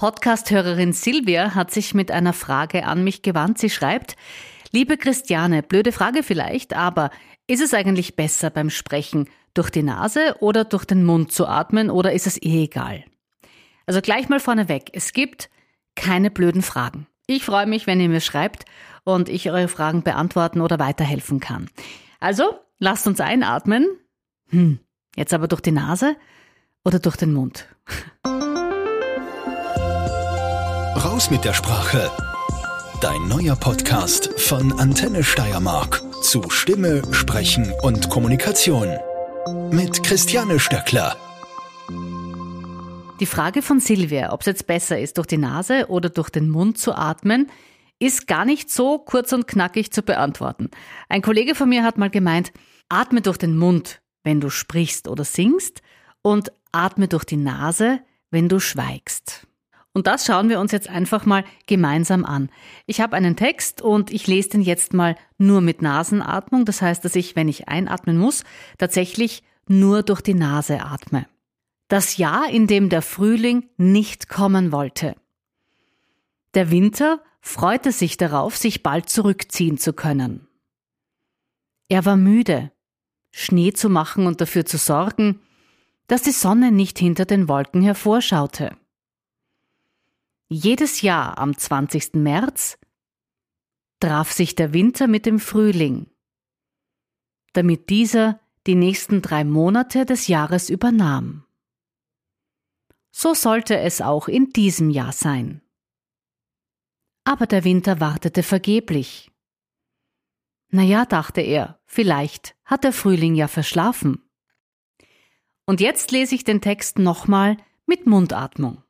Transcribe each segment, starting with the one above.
Podcast-Hörerin Silvia hat sich mit einer Frage an mich gewandt. Sie schreibt: Liebe Christiane, blöde Frage vielleicht, aber ist es eigentlich besser beim Sprechen durch die Nase oder durch den Mund zu atmen oder ist es egal? Also gleich mal vorneweg, es gibt keine blöden Fragen. Ich freue mich, wenn ihr mir schreibt und ich eure Fragen beantworten oder weiterhelfen kann. Also, lasst uns einatmen. Jetzt aber durch die Nase oder durch den Mund? Raus mit der Sprache. Dein neuer Podcast von Antenne Steiermark zu Stimme, Sprechen und Kommunikation. Mit Christiane Stöckler. Die Frage von Silvia, ob es jetzt besser ist, durch die Nase oder durch den Mund zu atmen, ist gar nicht so kurz und knackig zu beantworten. Ein Kollege von mir hat mal gemeint, atme durch den Mund, wenn du sprichst oder singst, und atme durch die Nase, wenn du schweigst. Und das schauen wir uns jetzt einfach mal gemeinsam an. Ich habe einen Text und ich lese den jetzt mal nur mit Nasenatmung. Das heißt, dass ich, wenn ich einatmen muss, tatsächlich nur durch die Nase atme. Das Jahr, in dem der Frühling nicht kommen wollte. Der Winter freute sich darauf, sich bald zurückziehen zu können. Er war müde, Schnee zu machen und dafür zu sorgen, dass die Sonne nicht hinter den Wolken hervorschaute. Jedes Jahr am 20. März traf sich der Winter mit dem Frühling, damit dieser die nächsten 3 Monate des Jahres übernahm. So sollte es auch in diesem Jahr sein. Aber der Winter wartete vergeblich. Naja, dachte er, vielleicht hat der Frühling ja verschlafen. Und jetzt lese ich den Text nochmal mit Mundatmung.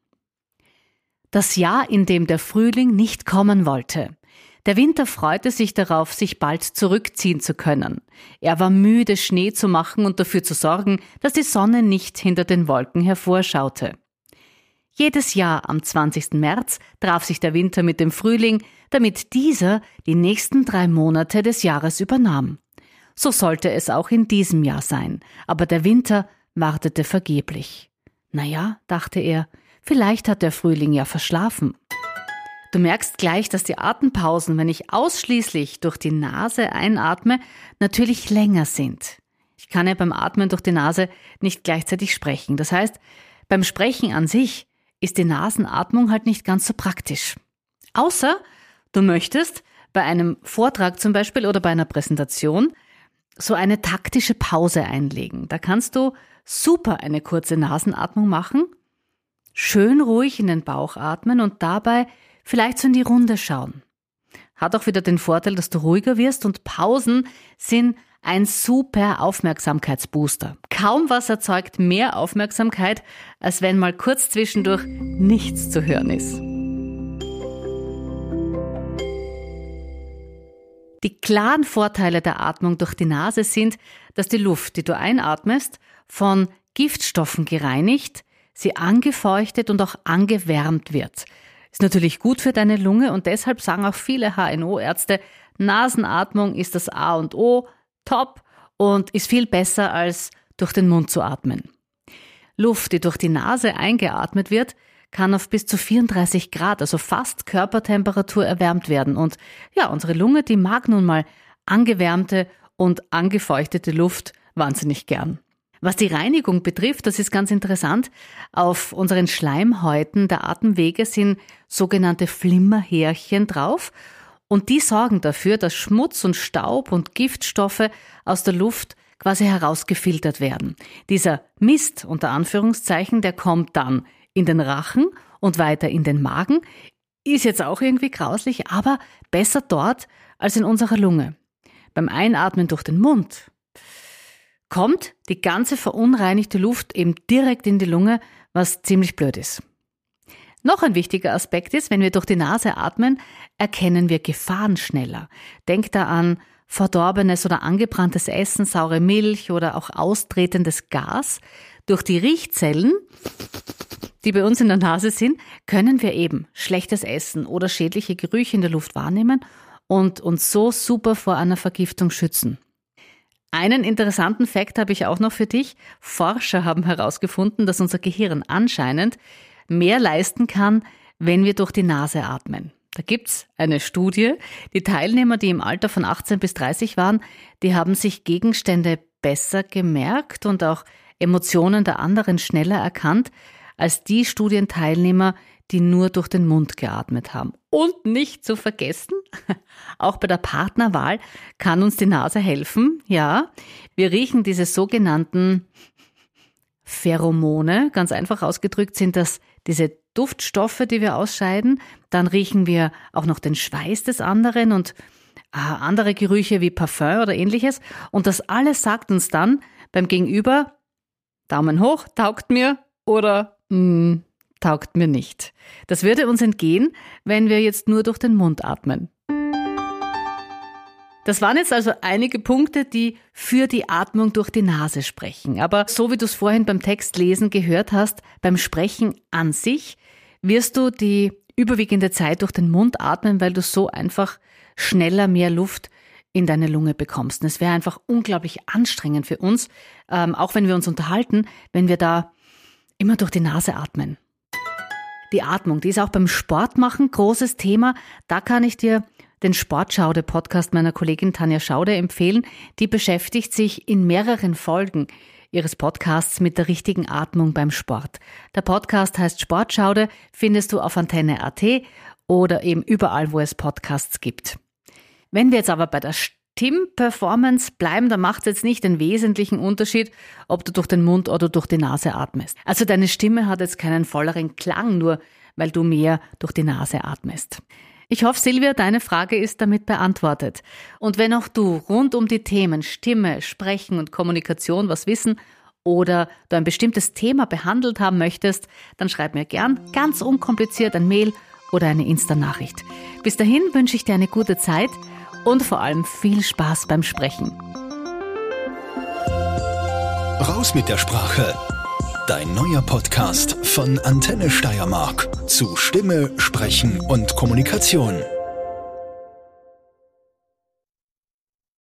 Das Jahr, in dem der Frühling nicht kommen wollte. Der Winter freute sich darauf, sich bald zurückziehen zu können. Er war müde, Schnee zu machen und dafür zu sorgen, dass die Sonne nicht hinter den Wolken hervorschaute. Jedes Jahr am 20. März traf sich der Winter mit dem Frühling, damit dieser die nächsten 3 Monate des Jahres übernahm. So sollte es auch in diesem Jahr sein, aber der Winter wartete vergeblich. Naja, dachte er, vielleicht hat der Frühling ja verschlafen. Du merkst gleich, dass die Atempausen, wenn ich ausschließlich durch die Nase einatme, natürlich länger sind. Ich kann ja beim Atmen durch die Nase nicht gleichzeitig sprechen. Das heißt, beim Sprechen an sich ist die Nasenatmung halt nicht ganz so praktisch. Außer du möchtest bei einem Vortrag zum Beispiel oder bei einer Präsentation so eine taktische Pause einlegen. Da kannst du super eine kurze Nasenatmung machen, schön ruhig in den Bauch atmen und dabei vielleicht so in die Runde schauen. Hat auch wieder den Vorteil, dass du ruhiger wirst und Pausen sind ein super Aufmerksamkeitsbooster. Kaum was erzeugt mehr Aufmerksamkeit, als wenn mal kurz zwischendurch nichts zu hören ist. Die klaren Vorteile der Atmung durch die Nase sind, dass die Luft, die du einatmest, von Giftstoffen gereinigt, sie angefeuchtet und auch angewärmt wird. Ist natürlich gut für deine Lunge und deshalb sagen auch viele HNO-Ärzte, Nasenatmung ist das A und O, top und ist viel besser als durch den Mund zu atmen. Luft, die durch die Nase eingeatmet wird, kann auf bis zu 34 Grad, also fast Körpertemperatur erwärmt werden. Und ja, unsere Lunge, die mag nun mal angewärmte und angefeuchtete Luft wahnsinnig gern. Was die Reinigung betrifft, das ist ganz interessant, auf unseren Schleimhäuten der Atemwege sind sogenannte Flimmerhärchen drauf und die sorgen dafür, dass Schmutz und Staub und Giftstoffe aus der Luft quasi herausgefiltert werden. Dieser Mist, unter Anführungszeichen, der kommt dann in den Rachen und weiter in den Magen, ist jetzt auch irgendwie grauslich, aber besser dort als in unserer Lunge. Beim Einatmen durch den Mund kommt die ganze verunreinigte Luft eben direkt in die Lunge, was ziemlich blöd ist. Noch ein wichtiger Aspekt ist, wenn wir durch die Nase atmen, erkennen wir Gefahren schneller. Denk da an verdorbenes oder angebranntes Essen, saure Milch oder auch austretendes Gas. Durch die Riechzellen, die bei uns in der Nase sind, können wir eben schlechtes Essen oder schädliche Gerüche in der Luft wahrnehmen und uns so super vor einer Vergiftung schützen. Einen interessanten Fakt habe ich auch noch für dich. Forscher haben herausgefunden, dass unser Gehirn anscheinend mehr leisten kann, wenn wir durch die Nase atmen. Da gibt's eine Studie. Die Teilnehmer, die im Alter von 18 bis 30 waren, die haben sich Gegenstände besser gemerkt und auch Emotionen der anderen schneller erkannt, als die Studienteilnehmer, die nur durch den Mund geatmet haben. Und nicht zu vergessen, auch bei der Partnerwahl kann uns die Nase helfen. Ja, wir riechen diese sogenannten Pheromone. Ganz einfach ausgedrückt sind das diese Duftstoffe, die wir ausscheiden. Dann riechen wir auch noch den Schweiß des anderen und andere Gerüche wie Parfum oder ähnliches. Und das alles sagt uns dann beim Gegenüber, Daumen hoch, taugt mir oder taugt mir nicht. Das würde uns entgehen, wenn wir jetzt nur durch den Mund atmen. Das waren jetzt also einige Punkte, die für die Atmung durch die Nase sprechen. Aber so wie du es vorhin beim Textlesen gehört hast, beim Sprechen an sich wirst du die überwiegende Zeit durch den Mund atmen, weil du so einfach schneller mehr Luft in deine Lunge bekommst. Und es wäre einfach unglaublich anstrengend für uns, auch wenn wir uns unterhalten, wenn wir da immer durch die Nase atmen. Die Atmung, die ist auch beim Sport machen großes Thema. Da kann ich dir den Sportschaude-Podcast meiner Kollegin Tanja Schaude empfehlen. Die beschäftigt sich in mehreren Folgen ihres Podcasts mit der richtigen Atmung beim Sport. Der Podcast heißt Sportschaude, findest du auf Antenne.at oder eben überall, wo es Podcasts gibt. Wenn wir jetzt aber bei der Stimmperformance bleiben, dann macht es jetzt nicht den wesentlichen Unterschied, ob du durch den Mund oder durch die Nase atmest. Also deine Stimme hat jetzt keinen volleren Klang, nur weil du mehr durch die Nase atmest. Ich hoffe, Silvia, deine Frage ist damit beantwortet. Und wenn auch du rund um die Themen Stimme, Sprechen und Kommunikation was wissen oder du ein bestimmtes Thema behandelt haben möchtest, dann schreib mir gern ganz unkompliziert ein Mail oder eine Insta-Nachricht. Bis dahin wünsche ich dir eine gute Zeit und vor allem viel Spaß beim Sprechen. Raus mit der Sprache. Dein neuer Podcast von Antenne Steiermark zu Stimme, Sprechen und Kommunikation.